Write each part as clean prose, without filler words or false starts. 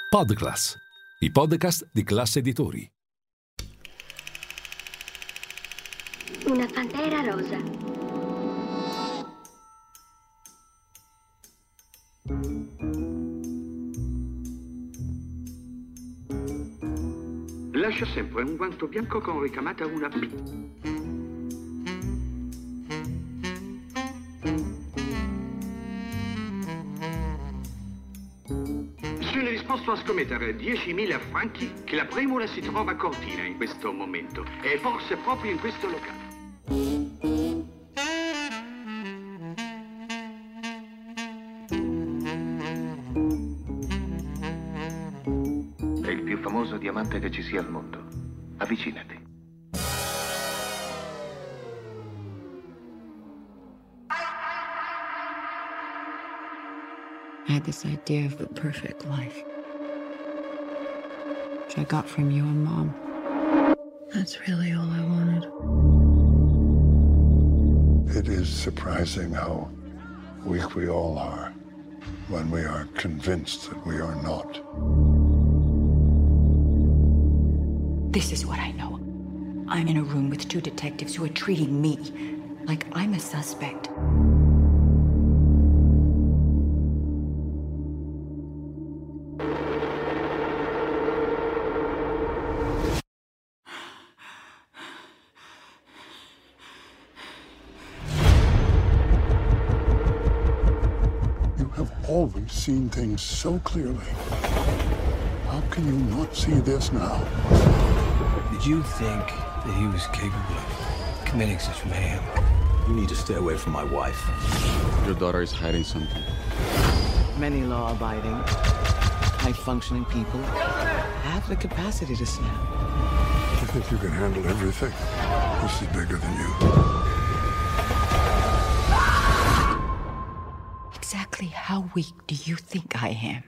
Podclass, i podcast di Class Editori. Una pantera rosa. Lascia sempre un guanto bianco con ricamata una P. Sono disposto a scommettere 10.000 franchi che la Premula si trova a Cortina in questo momento e forse proprio in questo locale. È il più famoso diamante che ci sia al mondo. Avvicinati. I had this idea of the perfect life, which I got from you and Mom. That's really all I wanted. It is surprising how weak we all are when we are convinced that we are not. This is what I know. I'm in a room with two detectives who are treating me like I'm a suspect. You have always seen things so clearly. How can you not see this now? Did you think that he was capable of committing such mayhem? You need to stay away from my wife. Your daughter is hiding something. Many law-abiding, high-functioning people have the capacity to snap. You think you can handle everything? This is bigger than you. Exactly how weak do you think I am?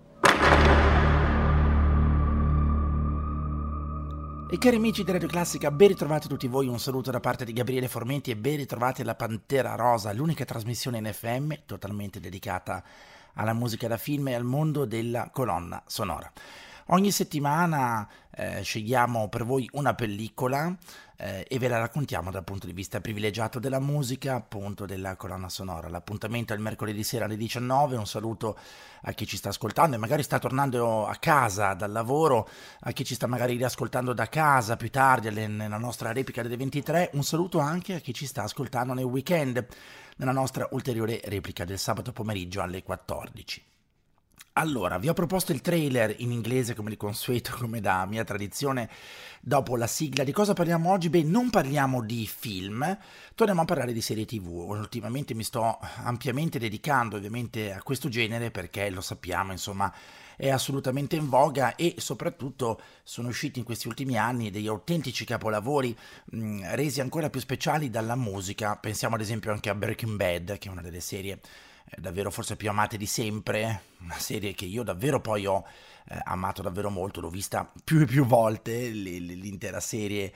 E cari amici di Radio Classica, ben ritrovati tutti voi, un saluto da parte di Gabriele Formenti e ben ritrovati alla Pantera Rosa, l'unica trasmissione in FM totalmente dedicata alla musica da film e al mondo della colonna sonora. Ogni settimana scegliamo per voi una pellicola e ve la raccontiamo dal punto di vista privilegiato della musica, appunto della colonna sonora. L'appuntamento è il mercoledì sera alle 19, un saluto a chi ci sta ascoltando e magari sta tornando a casa dal lavoro, a chi ci sta magari riascoltando da casa più tardi nella nostra replica delle 23, un saluto anche a chi ci sta ascoltando nel weekend, nella nostra ulteriore replica del sabato pomeriggio alle 14. Allora, vi ho proposto il trailer in inglese come di consueto, come da mia tradizione, dopo la sigla. Di cosa parliamo oggi? Beh, non parliamo di film, torniamo a parlare di serie TV. Ultimamente mi sto ampiamente dedicando ovviamente a questo genere perché lo sappiamo, insomma, è assolutamente in voga e soprattutto sono usciti in questi ultimi anni degli autentici capolavori resi ancora più speciali dalla musica. Pensiamo ad esempio anche a Breaking Bad, che è una delle serie davvero forse più amate di sempre, una serie che io davvero poi ho amato davvero molto, l'ho vista più e più volte, l'intera serie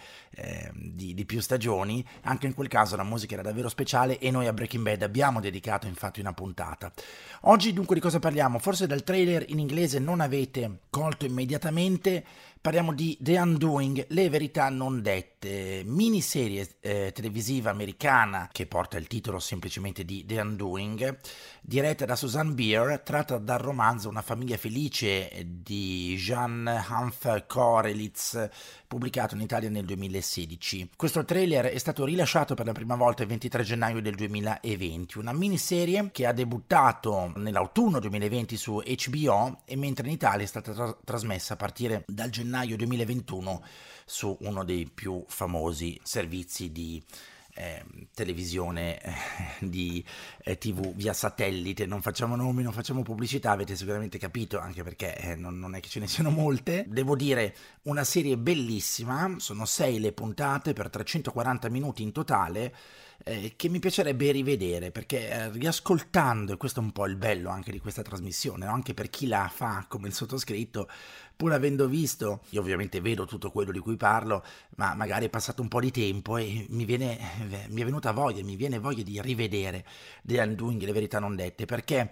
di più stagioni. Anche in quel caso la musica era davvero speciale e noi a Breaking Bad abbiamo dedicato infatti una puntata. Oggi dunque di cosa parliamo? Forse dal trailer in inglese non avete colto immediatamente. Parliamo di The Undoing, le verità non dette, miniserie televisiva americana che porta il titolo semplicemente di The Undoing, diretta da Susanne Bier, tratta dal romanzo Una famiglia felice di Jean-Humph Korelitz, pubblicato in Italia nel 2016. Questo trailer è stato rilasciato per la prima volta il 23 gennaio del 2020, una miniserie che ha debuttato nell'autunno 2020 su HBO e mentre in Italia è stata trasmessa a partire dal gennaio 2021 su uno dei più famosi servizi di televisione, di TV via satellite. Non facciamo nomi, non facciamo pubblicità, avete sicuramente capito, anche perché non è che ce ne siano molte. Devo dire, una serie bellissima, sono 6 le puntate per 340 minuti in totale, che mi piacerebbe rivedere, perché riascoltando, e questo è un po' il bello anche di questa trasmissione, no? Anche per chi la fa come il sottoscritto, pur avendo visto, io ovviamente vedo tutto quello di cui parlo, ma magari è passato un po' di tempo e mi viene voglia di rivedere The Undoing, le verità non dette, perché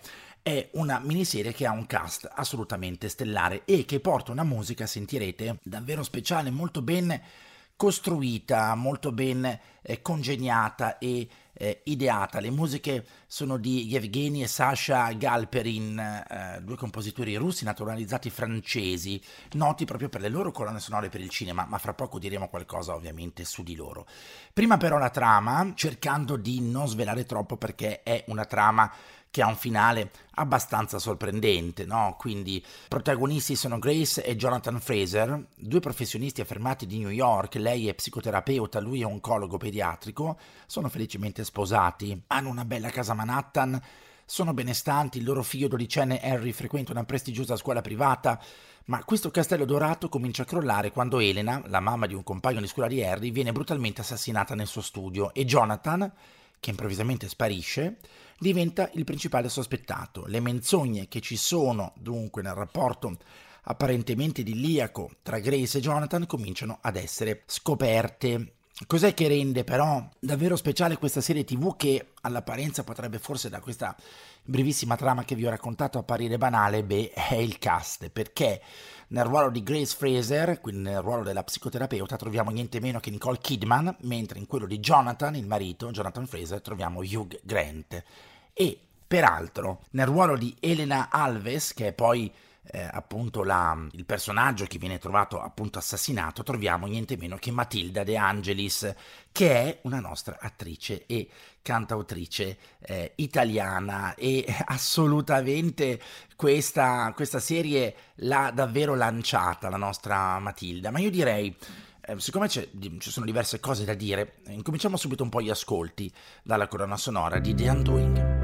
è una miniserie che ha un cast assolutamente stellare e che porta una musica, sentirete, davvero speciale, molto ben costruita, molto ben congegnata e ideata. Le musiche sono di Yevgeny e Sasha Galperin, due compositori russi naturalizzati francesi, noti proprio per le loro colonne sonore per il cinema, ma fra poco diremo qualcosa ovviamente su di loro. Prima però la trama, cercando di non svelare troppo perché è una trama che ha un finale abbastanza sorprendente, no? Quindi protagonisti sono Grace e Jonathan Fraser, due professionisti affermati di New York, lei è psicoterapeuta, lui è oncologo pediatrico, sono felicemente sposati, hanno una bella casa a Manhattan, sono benestanti, il loro figlio dodicenne Harry frequenta una prestigiosa scuola privata, ma questo castello dorato comincia a crollare quando Elena, la mamma di un compagno di scuola di Harry, viene brutalmente assassinata nel suo studio e Jonathan, che improvvisamente sparisce, diventa il principale sospettato. Le menzogne che ci sono dunque nel rapporto apparentemente idilliaco tra Grace e Jonathan cominciano ad essere scoperte. Cos'è che rende però davvero speciale questa serie TV che all'apparenza potrebbe forse da questa brevissima trama che vi ho raccontato apparire banale? Beh, è il cast, perché nel ruolo di Grace Fraser, quindi nel ruolo della psicoterapeuta, troviamo niente meno che Nicole Kidman, mentre in quello di Jonathan, il marito, Jonathan Fraser, troviamo Hugh Grant. E peraltro nel ruolo di Elena Alves, che è poi appunto il personaggio che viene trovato appunto assassinato, troviamo niente meno che Matilda De Angelis, che è una nostra attrice e cantautrice italiana, e assolutamente questa serie l'ha davvero lanciata la nostra Matilda. Ma io direi, siccome ci sono diverse cose da dire, incominciamo subito un po' gli ascolti dalla colonna sonora di The Undoing.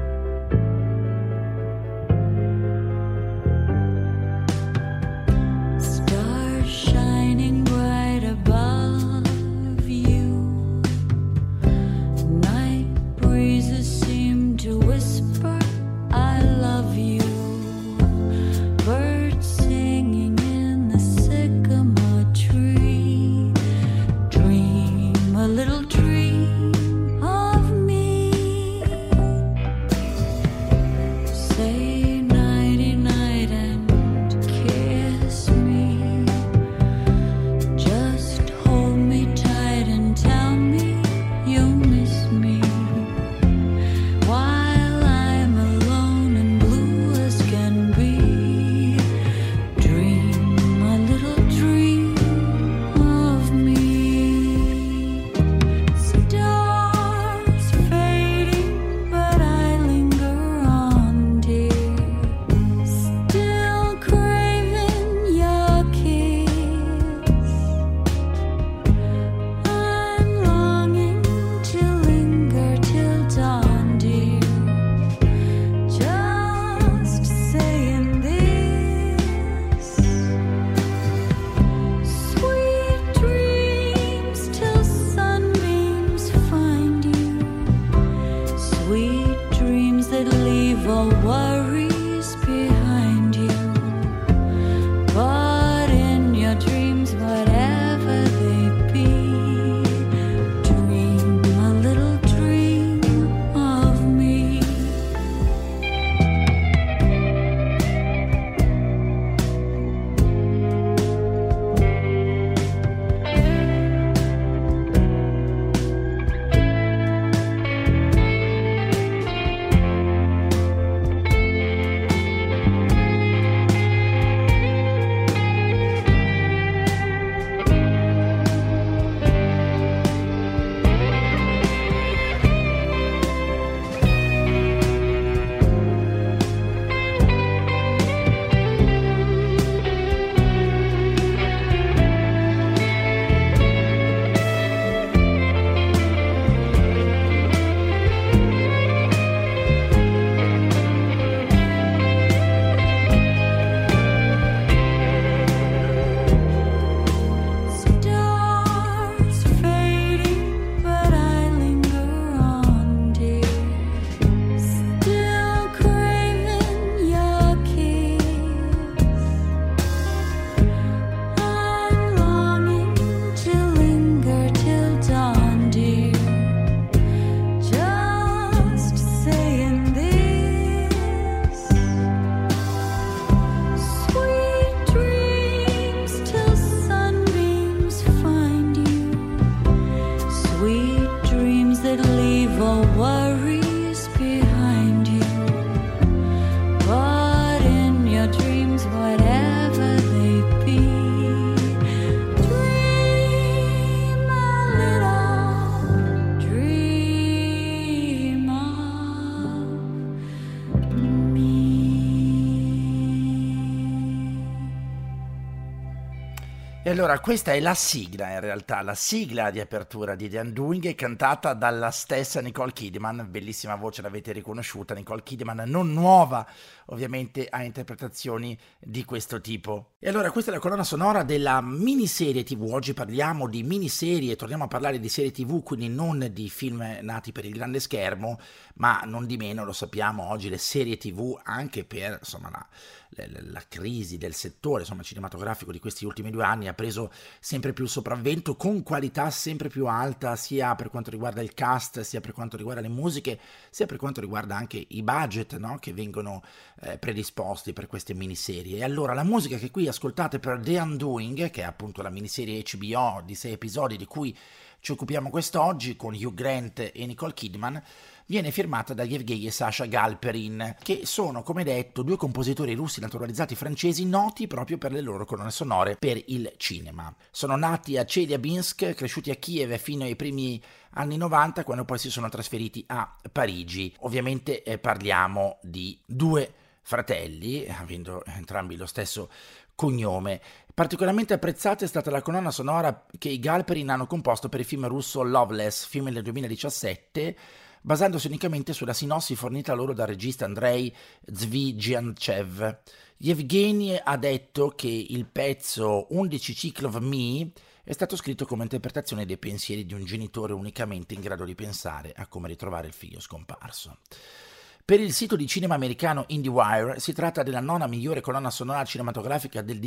E allora questa è la sigla, in realtà, la sigla di apertura di The Undoing, cantata dalla stessa Nicole Kidman, bellissima voce, l'avete riconosciuta, Nicole Kidman, non nuova ovviamente a interpretazioni di questo tipo. E allora questa è la colonna sonora della miniserie TV, oggi parliamo di miniserie, torniamo a parlare di serie TV, quindi non di film nati per il grande schermo, ma non di meno, lo sappiamo, oggi le serie TV, anche per insomma la crisi del settore insomma cinematografico di questi ultimi 2 anni, ha preso sempre più il sopravvento con qualità sempre più alta, sia per quanto riguarda il cast, sia per quanto riguarda le musiche, sia per quanto riguarda anche i budget, no? Che vengono predisposti per queste miniserie. E allora la musica che qui ascoltate per The Undoing, che è appunto la miniserie HBO di 6 episodi di cui ci occupiamo quest'oggi, con Hugh Grant e Nicole Kidman, viene firmata da Yevgeny e Sasha Galperin, che sono, come detto, 2 compositori russi naturalizzati francesi noti proprio per le loro colonne sonore per il cinema. Sono nati a Chelyabinsk, cresciuti a Kiev fino ai primi anni 90, quando poi si sono trasferiti a Parigi. Ovviamente parliamo di 2 fratelli, avendo entrambi lo stesso cognome. Particolarmente apprezzata è stata la colonna sonora che i Galperin hanno composto per il film russo Loveless, film del 2017, basandosi unicamente sulla sinossi fornita loro dal regista Andrei Zvigantchev. Yevgeny ha detto che il pezzo 11 Cycles of Me è stato scritto come interpretazione dei pensieri di un genitore unicamente in grado di pensare a come ritrovare il figlio scomparso. Per il sito di cinema americano IndieWire si tratta della 9ª migliore colonna sonora cinematografica del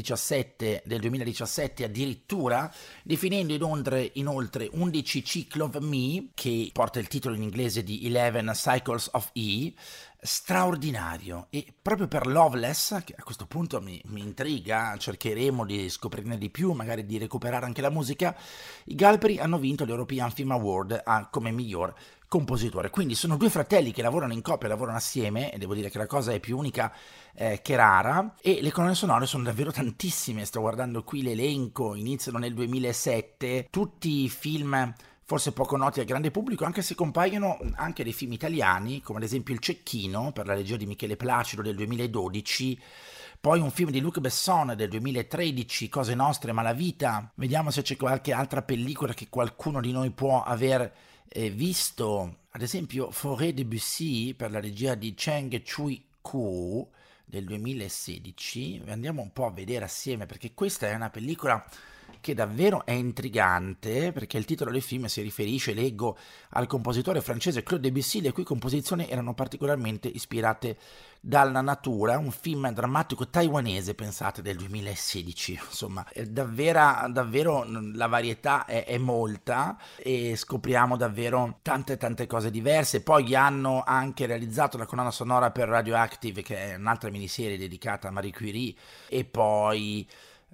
2017 addirittura, definendo inoltre 11 Cycles of Me, che porta il titolo in inglese di 11 Cycles of E, straordinario. E proprio per Loveless, che a questo punto mi intriga, cercheremo di scoprirne di più, magari di recuperare anche la musica, i Galperin hanno vinto l'European Film Award come miglior compositore. Quindi sono 2 fratelli che lavorano in coppia, lavorano assieme, e devo dire che la cosa è più unica che rara, e le colonne sonore sono davvero tantissime. Sto guardando qui l'elenco, iniziano nel 2007, tutti film forse poco noti al grande pubblico, anche se compaiono anche dei film italiani, come ad esempio Il Cecchino, per la regia di Michele Placido del 2012, poi un film di Luc Besson del 2013, Cose Nostre, Malavita. Vediamo se c'è qualche altra pellicola che qualcuno di noi può aver visto, ad esempio Forêt de Bussy per la regia di Cheng Chui-Ku del 2016. Andiamo un po' a vedere assieme, perché questa è una pellicola che davvero è intrigante, perché il titolo del film si riferisce, leggo, al compositore francese Claude Debussy, le cui composizioni erano particolarmente ispirate dalla natura. Un film drammatico taiwanese, pensate, del 2016. Insomma, davvero la varietà è molta, e scopriamo davvero tante cose diverse. Poi hanno anche realizzato la colonna sonora per Radioactive, che è un'altra miniserie dedicata a Marie Curie, e poi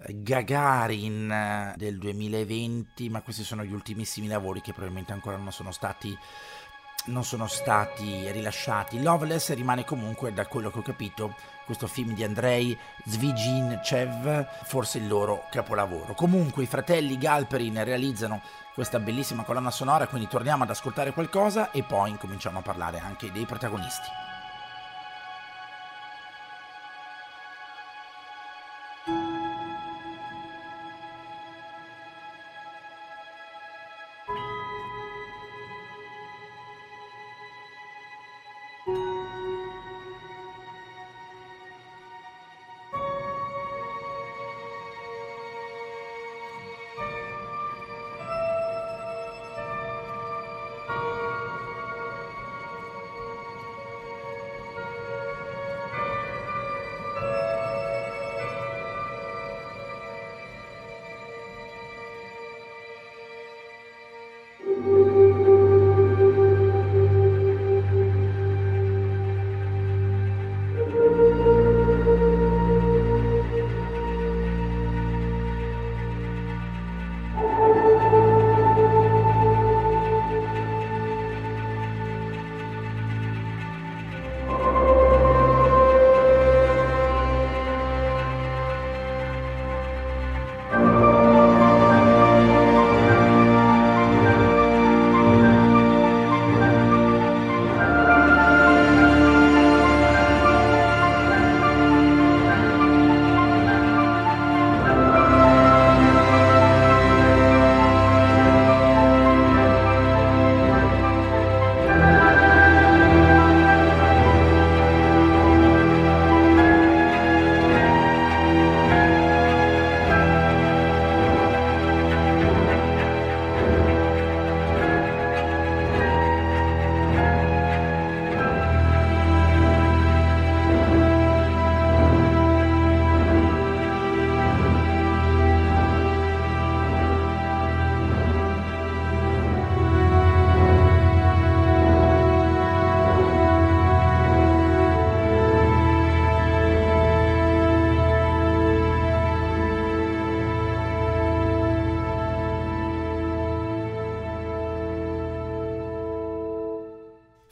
Gagarin del 2020, ma questi sono gli ultimissimi lavori che probabilmente ancora non sono stati rilasciati. Loveless rimane comunque, da quello che ho capito, questo film di Andrei Zvigantchev, forse il loro capolavoro. Comunque i fratelli Galperin realizzano questa bellissima colonna sonora, quindi torniamo ad ascoltare qualcosa e poi incominciamo a parlare anche dei protagonisti.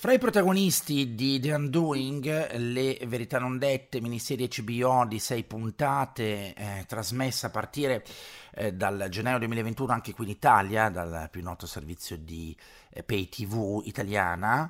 Fra i protagonisti di The Undoing, Le verità non dette, miniserie HBO di 6 puntate, trasmessa a partire dal gennaio 2021 anche qui in Italia, dal più noto servizio di pay TV italiana,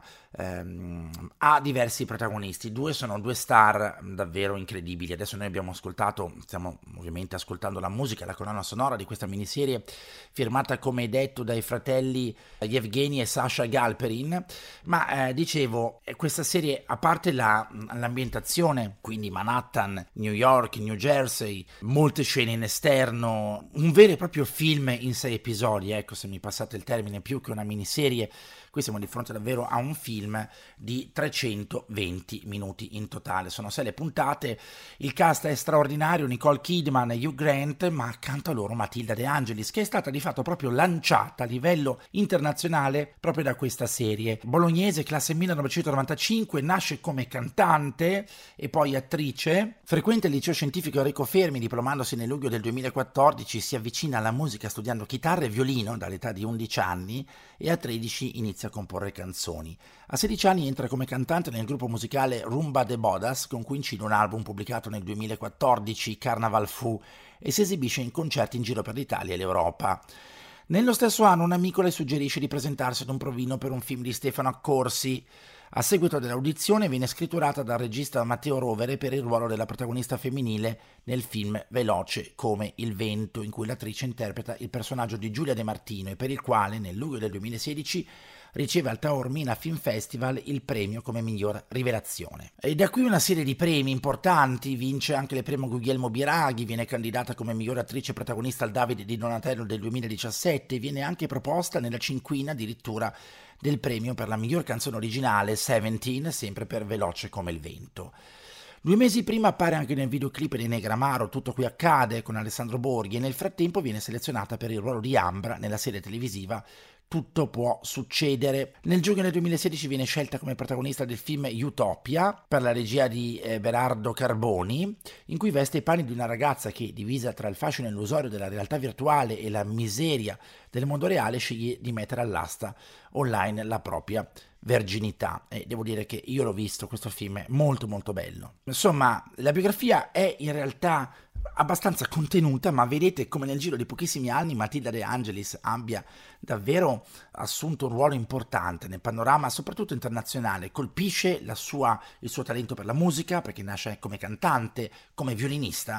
ha diversi protagonisti. 2 sono 2 star davvero incredibili. Adesso noi stiamo ovviamente ascoltando la musica, la colonna sonora di questa miniserie firmata, come detto, dai fratelli Yevgeny e Sasha Galperin, ma dicevo, questa serie, a parte l'ambientazione, quindi Manhattan, New York, New Jersey, molte scene in esterno, un vero e proprio film in 6 episodi, ecco, se mi passate il termine, più che una miniserie. Qui siamo di fronte davvero a un film di 320 minuti in totale. Sono 6 le puntate, il cast è straordinario, Nicole Kidman e Hugh Grant, ma accanto a loro Matilda De Angelis, che è stata di fatto proprio lanciata a livello internazionale proprio da questa serie. Bolognese, classe 1995, nasce come cantante e poi attrice, frequenta il liceo scientifico Enrico Fermi, diplomandosi nel luglio del 2014, si avvicina alla musica studiando chitarra e violino dall'età di 11 anni e a 13 inizia a comporre canzoni. A 16 anni entra come cantante nel gruppo musicale Rumba de Bodas, con cui incide un album pubblicato nel 2014, Carnaval Fu, e si esibisce in concerti in giro per l'Italia e l'Europa. Nello stesso anno un amico le suggerisce di presentarsi ad un provino per un film di Stefano Accorsi. A seguito dell'audizione viene scritturata dal regista Matteo Rovere per il ruolo della protagonista femminile nel film Veloce come il vento, in cui l'attrice interpreta il personaggio di Giulia De Martino e per il quale nel luglio del 2016 riceve al Taormina Film Festival il premio come miglior rivelazione. E da qui una serie di premi importanti, vince anche il premio Guglielmo Biraghi, viene candidata come miglior attrice protagonista al Davide di Donatello del 2017, viene anche proposta nella cinquina addirittura del premio per la miglior canzone originale 17, sempre per Veloce come il vento. 2 mesi prima appare anche nel videoclip di Negramaro Tutto qui accade con Alessandro Borghi e nel frattempo viene selezionata per il ruolo di Ambra nella serie televisiva Tutto può succedere. Nel giugno del 2016 viene scelta come protagonista del film Utopia per la regia di Berardo Carboni, in cui veste i panni di una ragazza che, divisa tra il fascino illusorio della realtà virtuale e la miseria del mondo reale, sceglie di mettere all'asta online la propria verginità. E devo dire che io l'ho visto, questo film è molto molto bello. Insomma, la biografia è in realtà abbastanza contenuta, ma vedete come nel giro di pochissimi anni Matilda De Angelis abbia davvero assunto un ruolo importante nel panorama soprattutto internazionale. Colpisce il suo talento per la musica, perché nasce come cantante, come violinista,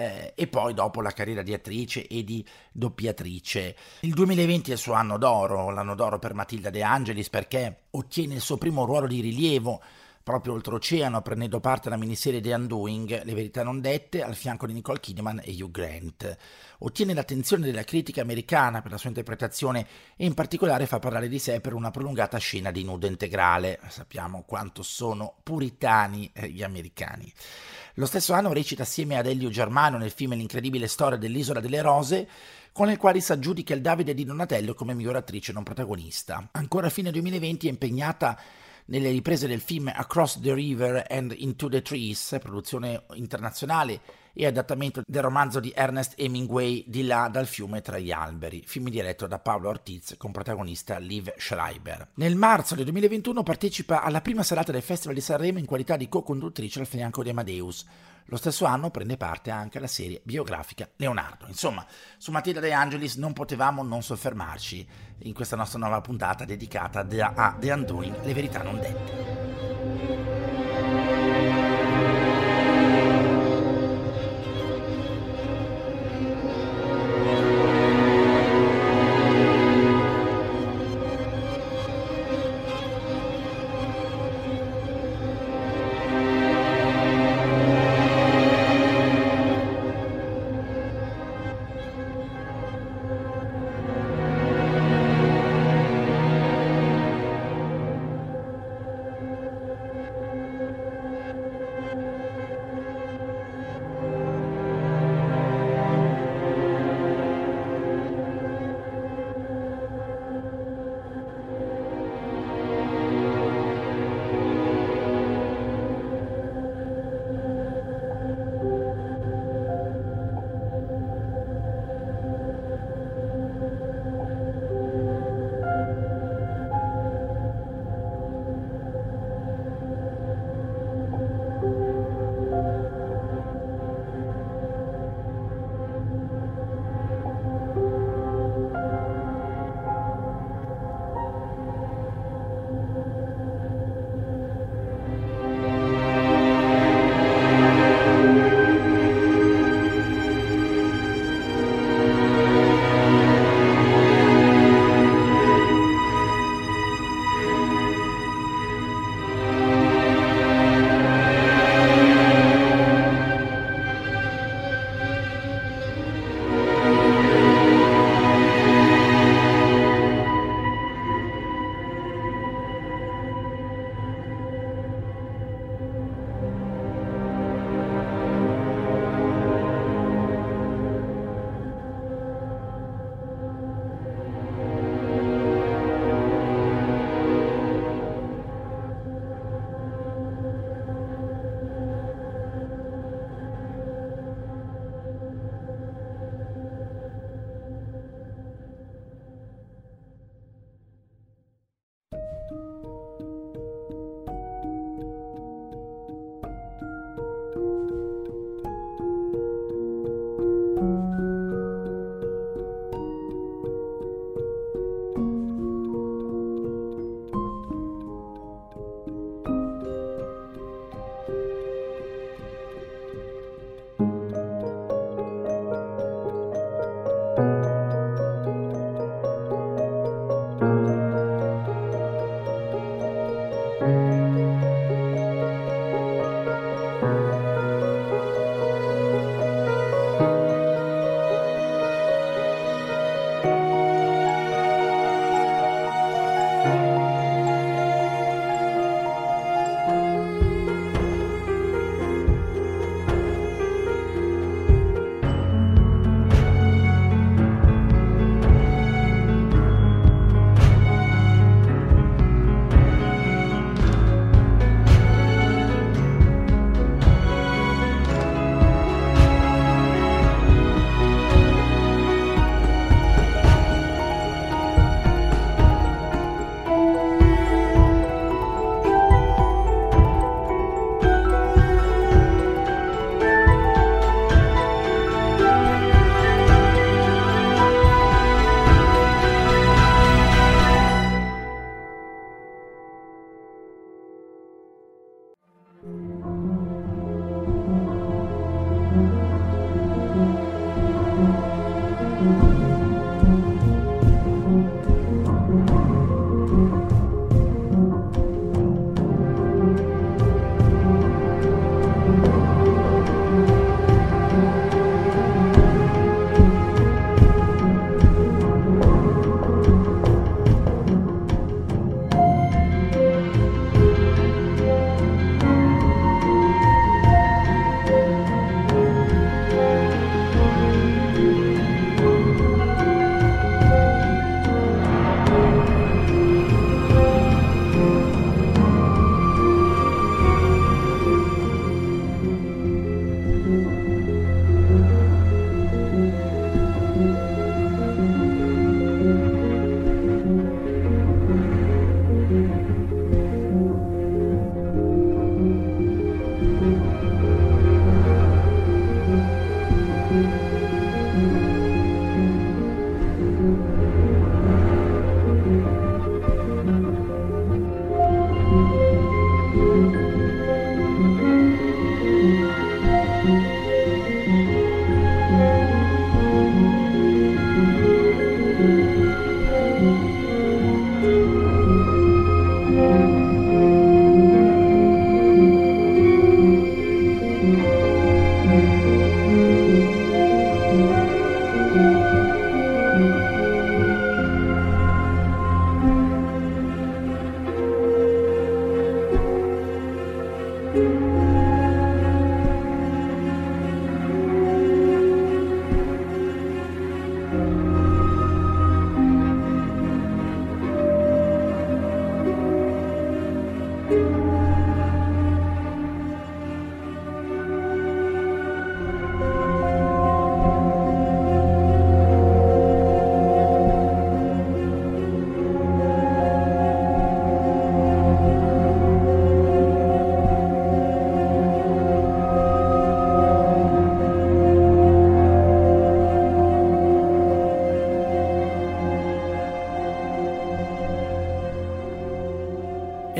e poi dopo la carriera di attrice e di doppiatrice. Il 2020 è il suo anno d'oro, l'anno d'oro per Matilda De Angelis, perché ottiene il suo primo ruolo di rilievo proprio oltreoceano, prendendo parte alla miniserie The Undoing, Le verità non dette, al fianco di Nicole Kidman e Hugh Grant. Ottiene l'attenzione della critica americana per la sua interpretazione e in particolare fa parlare di sé per una prolungata scena di nudo integrale. Sappiamo quanto sono puritani gli americani. Lo stesso anno recita assieme ad Elio Germano nel film L'incredibile storia dell'Isola delle Rose, con il quale si aggiudica il Davide di Donatello come miglior attrice non protagonista. Ancora a fine 2020 è impegnata nelle riprese del film Across the River and Into the Trees, produzione internazionale e adattamento del romanzo di Ernest Hemingway Di là dal fiume tra gli alberi, film diretto da Paolo Ortiz con protagonista Liv Schreiber. Nel marzo del 2021 partecipa alla prima serata del Festival di Sanremo in qualità di co-conduttrice al fianco di Amadeus. Lo stesso anno prende parte anche alla serie biografica Leonardo. Insomma, su Matilda De Angelis non potevamo non soffermarci in questa nostra nuova puntata dedicata a The Undoing, Le verità non dette.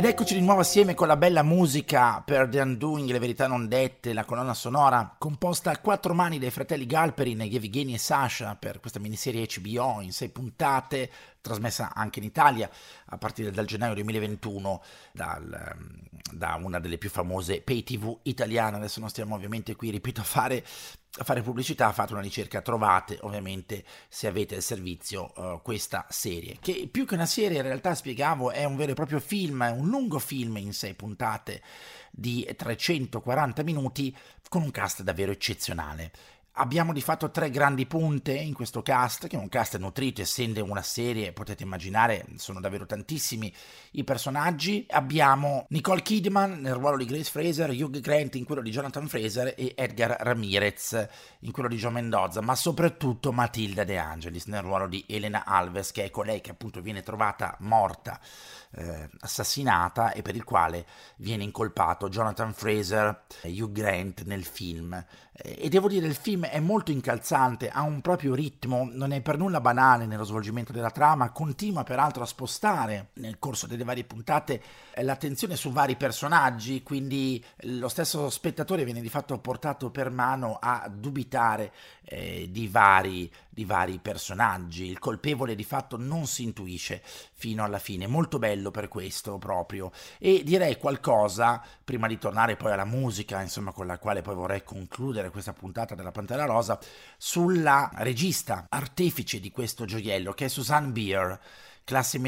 eccoci di nuovo assieme con la bella musica per The Undoing, le verità non dette, la colonna sonora composta a 4 mani dai fratelli Galperin, Yevgeny e Sasha per questa miniserie HBO in 6 puntate, trasmessa anche in Italia a partire dal gennaio 2021 da una delle più famose pay tv italiane. Adesso non stiamo ovviamente qui, ripeto, a fare pubblicità, fate una ricerca, trovate ovviamente, se avete il servizio, questa serie, che più che una serie in realtà, spiegavo, è un vero e proprio film, è un lungo film in 6 puntate di 340 minuti con un cast davvero eccezionale. Abbiamo di fatto 3 grandi punte in questo cast, che è un cast nutrito, essendo una serie, potete immaginare, sono davvero tantissimi i personaggi. Abbiamo Nicole Kidman nel ruolo di Grace Fraser, Hugh Grant in quello di Jonathan Fraser e Edgar Ramirez in quello di Joe Mendoza, ma soprattutto Matilda De Angelis nel ruolo di Elena Alves, che è colei che appunto viene trovata morta, assassinata, e per il quale viene incolpato Jonathan Fraser e Hugh Grant nel film. E devo dire, il film è molto incalzante, ha un proprio ritmo, non è per nulla banale nello svolgimento della trama, continua peraltro a spostare nel corso delle varie puntate l'attenzione su vari personaggi, quindi lo stesso spettatore viene di fatto portato per mano a dubitare di vari personaggi. Il colpevole di fatto non si intuisce fino alla fine, molto bello per questo proprio. E direi qualcosa, prima di tornare poi alla musica, insomma, con la quale poi vorrei concludere questa puntata della Pantera Rosa, sulla regista artefice di questo gioiello, che è Susanne Bier, classe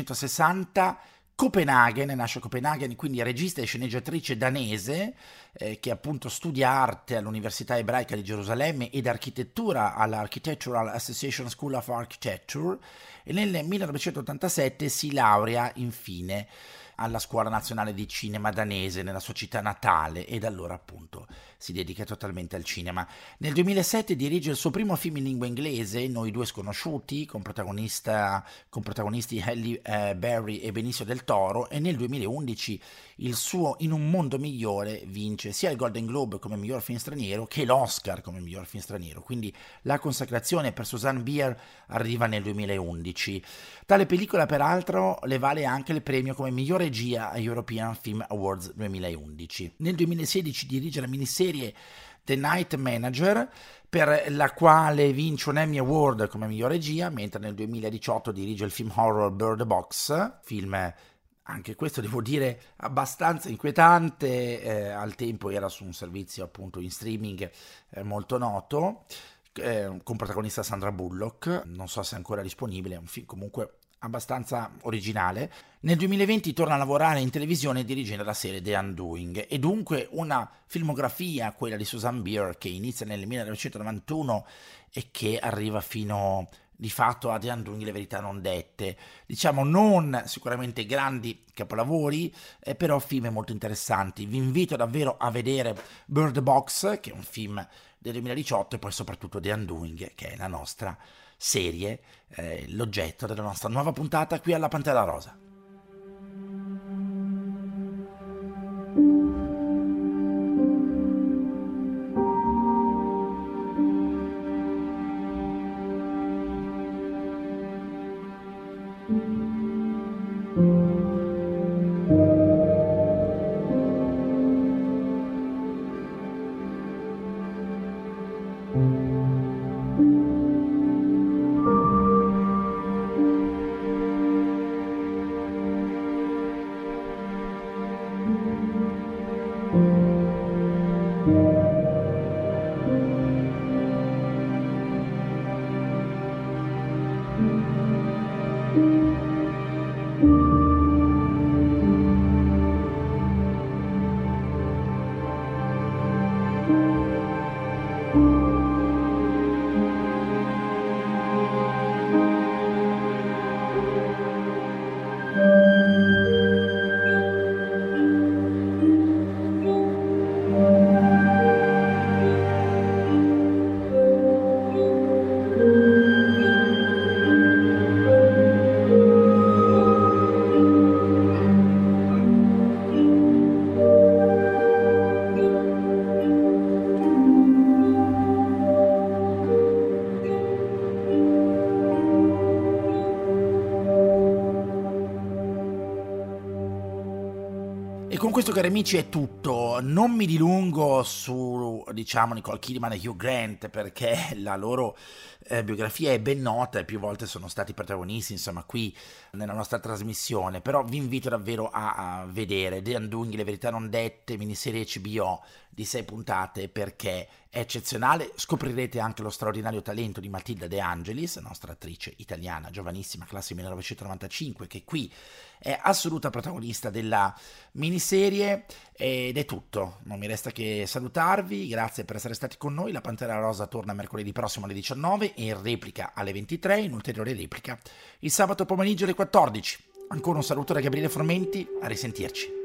1960, Copenaghen, nasce a Copenaghen, quindi regista e sceneggiatrice danese, che appunto studia arte all'Università Ebraica di Gerusalemme ed architettura all'Architectural Association School of Architecture, e nel 1987 si laurea infine alla Scuola Nazionale di Cinema danese nella sua città natale, e da allora appunto si dedica totalmente al cinema. Nel 2007 dirige il suo primo film in lingua inglese, Noi due sconosciuti, con protagonisti Halle Berry e Benicio del Toro, e nel 2011 il suo In un mondo migliore vince sia il Golden Globe come miglior film straniero che l'Oscar come miglior film straniero, quindi la consacrazione per Susanne Bier arriva nel 2011. Tale pellicola peraltro le vale anche il premio come miglior regia a European Film Awards 2011. Nel 2016 dirige la miniserie The Night Manager, per la quale vince un Emmy Award come miglior regia, mentre nel 2018 dirige il film horror Bird Box, film anche questo devo dire abbastanza inquietante, al tempo era su un servizio appunto in streaming molto noto, con protagonista Sandra Bullock, non so se è ancora disponibile, è un film comunque abbastanza originale. Nel 2020 torna a lavorare in televisione dirigendo la serie The Undoing, e dunque una filmografia, quella di Susanne Bier, che inizia nel 1991 e che arriva fino di fatto a The Undoing, le verità non dette. Diciamo non sicuramente grandi capolavori, però film molto interessanti. Vi invito davvero a vedere Bird Box, che è un film del 2018, e poi soprattutto The Undoing, che è la nostra serie, l'oggetto della nostra nuova puntata qui alla Pantera Rosa. E con questo, cari amici, è tutto. Non mi dilungo su, diciamo, Nicole Kidman e Hugh Grant, perché la loro biografia è ben nota e più volte sono stati protagonisti, insomma, qui nella nostra trasmissione, però vi invito davvero a vedere The Undoing, Le verità non dette, miniserie HBO di 6 puntate, perché è eccezionale. Scoprirete anche lo straordinario talento di Matilda De Angelis, nostra attrice italiana, giovanissima, classe 1995, che qui è assoluta protagonista della miniserie. Ed è tutto, non mi resta che salutarvi, grazie per essere stati con noi. La Pantera Rosa torna mercoledì prossimo alle 19 e in replica alle 23, in ulteriore replica il sabato pomeriggio alle 14. Ancora un saluto da Gabriele Formenti, a risentirci.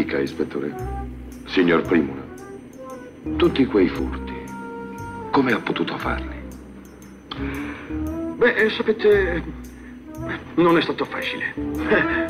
dica, ispettore. Signor Primula, tutti quei furti, come ha potuto farli? Beh, sapete, non è stato facile.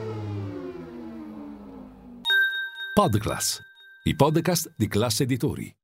Podclass, i podcast di Classe Editori.